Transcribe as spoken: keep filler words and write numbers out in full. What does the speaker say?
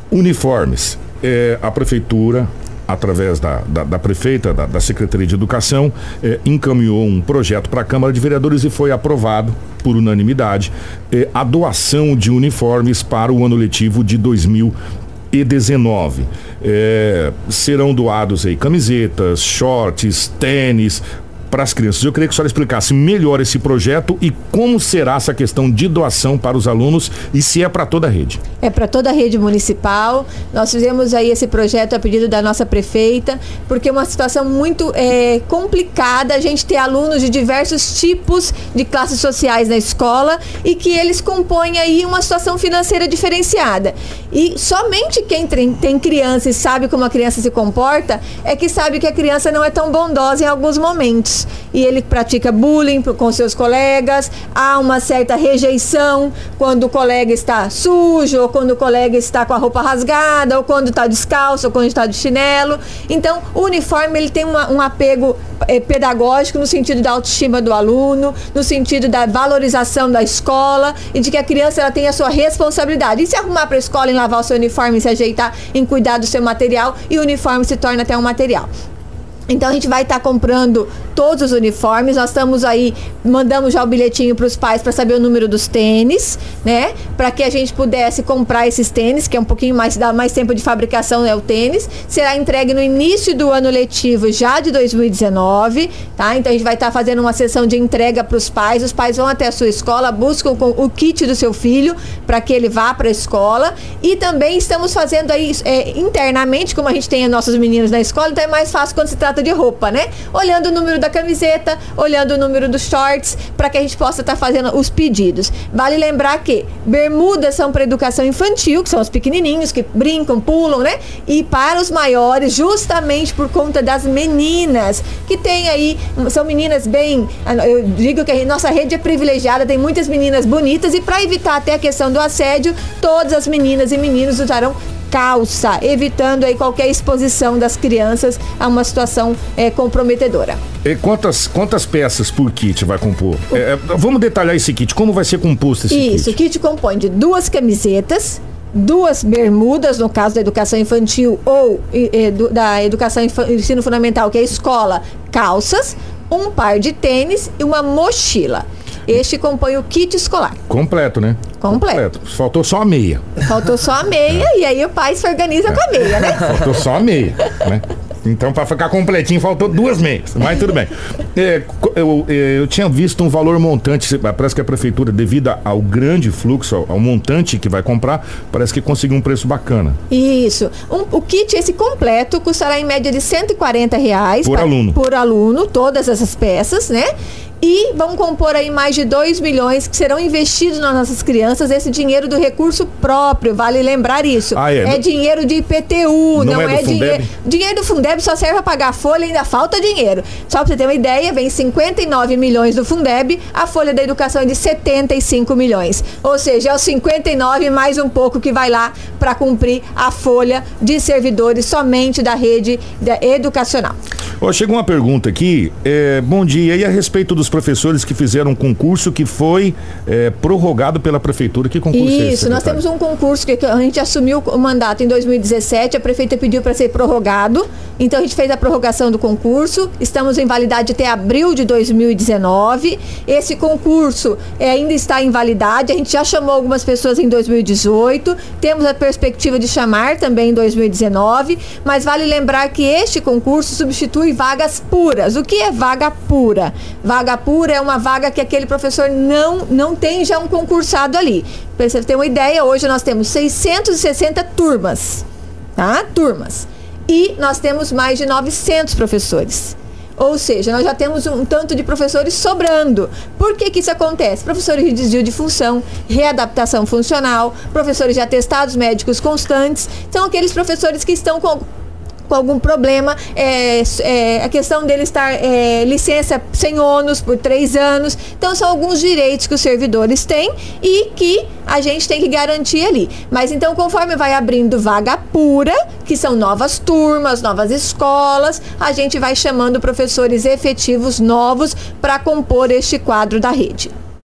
Uniformes. É, a prefeitura, através da, da, da prefeita, da, da Secretaria de Educação, é, encaminhou um projeto para a Câmara de Vereadores e foi aprovado por unanimidade é, a doação de uniformes para o ano letivo de dois mil e dezenove. É, serão doados aí camisetas, shorts, tênis para as crianças. Eu queria que a senhora explicasse melhor esse projeto e como será essa questão de doação para os alunos e se é para toda a rede. É para toda a rede municipal. Nós fizemos aí esse projeto a pedido da nossa prefeita, porque é uma situação muito é, complicada a gente ter alunos de diversos tipos de classes sociais na escola e que eles compõem aí uma situação financeira diferenciada. E somente quem tem, tem criança e sabe como a criança se comporta é que sabe que a criança não é tão bondosa em alguns momentos. E ele pratica bullying com seus colegas, há uma certa rejeição quando o colega está sujo, ou quando o colega está com a roupa rasgada, ou quando está descalço, ou quando está de chinelo. Então, o uniforme ele tem uma, um apego é, pedagógico no sentido da autoestima do aluno, no sentido da valorização da escola e de que a criança ela tem a sua responsabilidade. E se arrumar para a escola, em lavar o seu uniforme, se ajeitar, em cuidar do seu material, e o uniforme se torna até um material. Então a gente vai estar comprando todos os uniformes. Nós estamos aí, mandamos já o bilhetinho para os pais para saber o número dos tênis, né? Para que a gente pudesse comprar esses tênis, que é um pouquinho mais, dá mais tempo de fabricação, é o tênis. Será entregue no início do ano letivo já de dois mil e dezenove, tá? Então a gente vai estar fazendo uma sessão de entrega para os pais. Os pais vão até a sua escola, buscam o kit do seu filho para que ele vá para a escola. E também estamos fazendo aí é, internamente, como a gente tem os nossos meninos na escola, então é mais fácil quando se trata de roupa, né? Olhando o número da camiseta, olhando o número dos shorts, para que a gente possa estar tá fazendo os pedidos. Vale lembrar que bermudas são para educação infantil, que são os pequenininhos que brincam, pulam, né? E para os maiores, justamente por conta das meninas, que tem aí, são meninas bem, eu digo que a nossa rede é privilegiada, tem muitas meninas bonitas, e para evitar até a questão do assédio, todas as meninas e meninos usarão calça, evitando aí qualquer exposição das crianças a uma situação é, comprometedora. E quantas, quantas peças por kit vai compor? É, vamos detalhar esse kit, como vai ser composto esse Isso, kit? Isso, o kit compõe de duas camisetas, duas bermudas, no caso da educação infantil ou e, do, da educação ensino fundamental, que é a escola, calças, um par de tênis e uma mochila. Este compõe o kit escolar. Completo, né? Completo. Completo. Faltou só a meia. Faltou só a meia, é. E aí o pai se organiza é. com a meia, né? Faltou só a meia, né? Então, para ficar completinho, faltou duas meias, mas tudo bem. É, eu, eu tinha visto um valor montante, parece que a prefeitura, devido ao grande fluxo, ao, ao montante que vai comprar, parece que conseguiu um preço bacana. Isso. Um, o kit, esse completo, custará em média de cento e quarenta reais. Por pra, aluno. Por aluno, todas essas peças, né? E vão compor aí mais de dois milhões que serão investidos nas nossas crianças, esse dinheiro do recurso próprio, vale lembrar isso. Ah, é? É dinheiro de I P T U, não, não é, é dinheiro. Dinheiro do Fundeb só serve para pagar a folha, ainda falta dinheiro. Só para você ter uma ideia, vem cinquenta e nove milhões do Fundeb, a folha da educação é de setenta e cinco milhões. Ou seja, é os cinquenta e nove mais um pouco que vai lá para cumprir a folha de servidores somente da rede educacional. Oh, chegou uma pergunta aqui, é, bom dia, e a respeito dos professores que fizeram um concurso que foi é, prorrogado pela prefeitura, que concurso Isso, é esse? Isso, nós temos um concurso que a gente assumiu o mandato em dois mil e dezessete, a prefeita pediu para ser prorrogado, então a gente fez a prorrogação do concurso, estamos em validade até abril de dois mil e dezenove, esse concurso é, ainda está em validade, a gente já chamou algumas pessoas em dois mil e dezoito, temos a perspectiva de chamar também em dois mil e dezenove, mas vale lembrar que este concurso substitui vagas puras. O que é vaga pura? Vaga pura é uma vaga que aquele professor não, não tem já um concursado ali. Para você ter uma ideia, hoje nós temos seiscentas e sessenta turmas, tá? Turmas. E nós temos mais de novecentos professores. Ou seja, nós já temos um tanto de professores sobrando. Por que que isso acontece? Professores de desvio de função, readaptação funcional, professores de atestados médicos constantes, são aqueles professores que estão com com algum problema, é, é, a questão dele estar é, licença sem ônus por três anos. Então são alguns direitos que os servidores têm e que a gente tem que garantir ali. Mas então, conforme vai abrindo vaga pura, que são novas turmas, novas escolas, a gente vai chamando professores efetivos novos para compor este quadro da rede.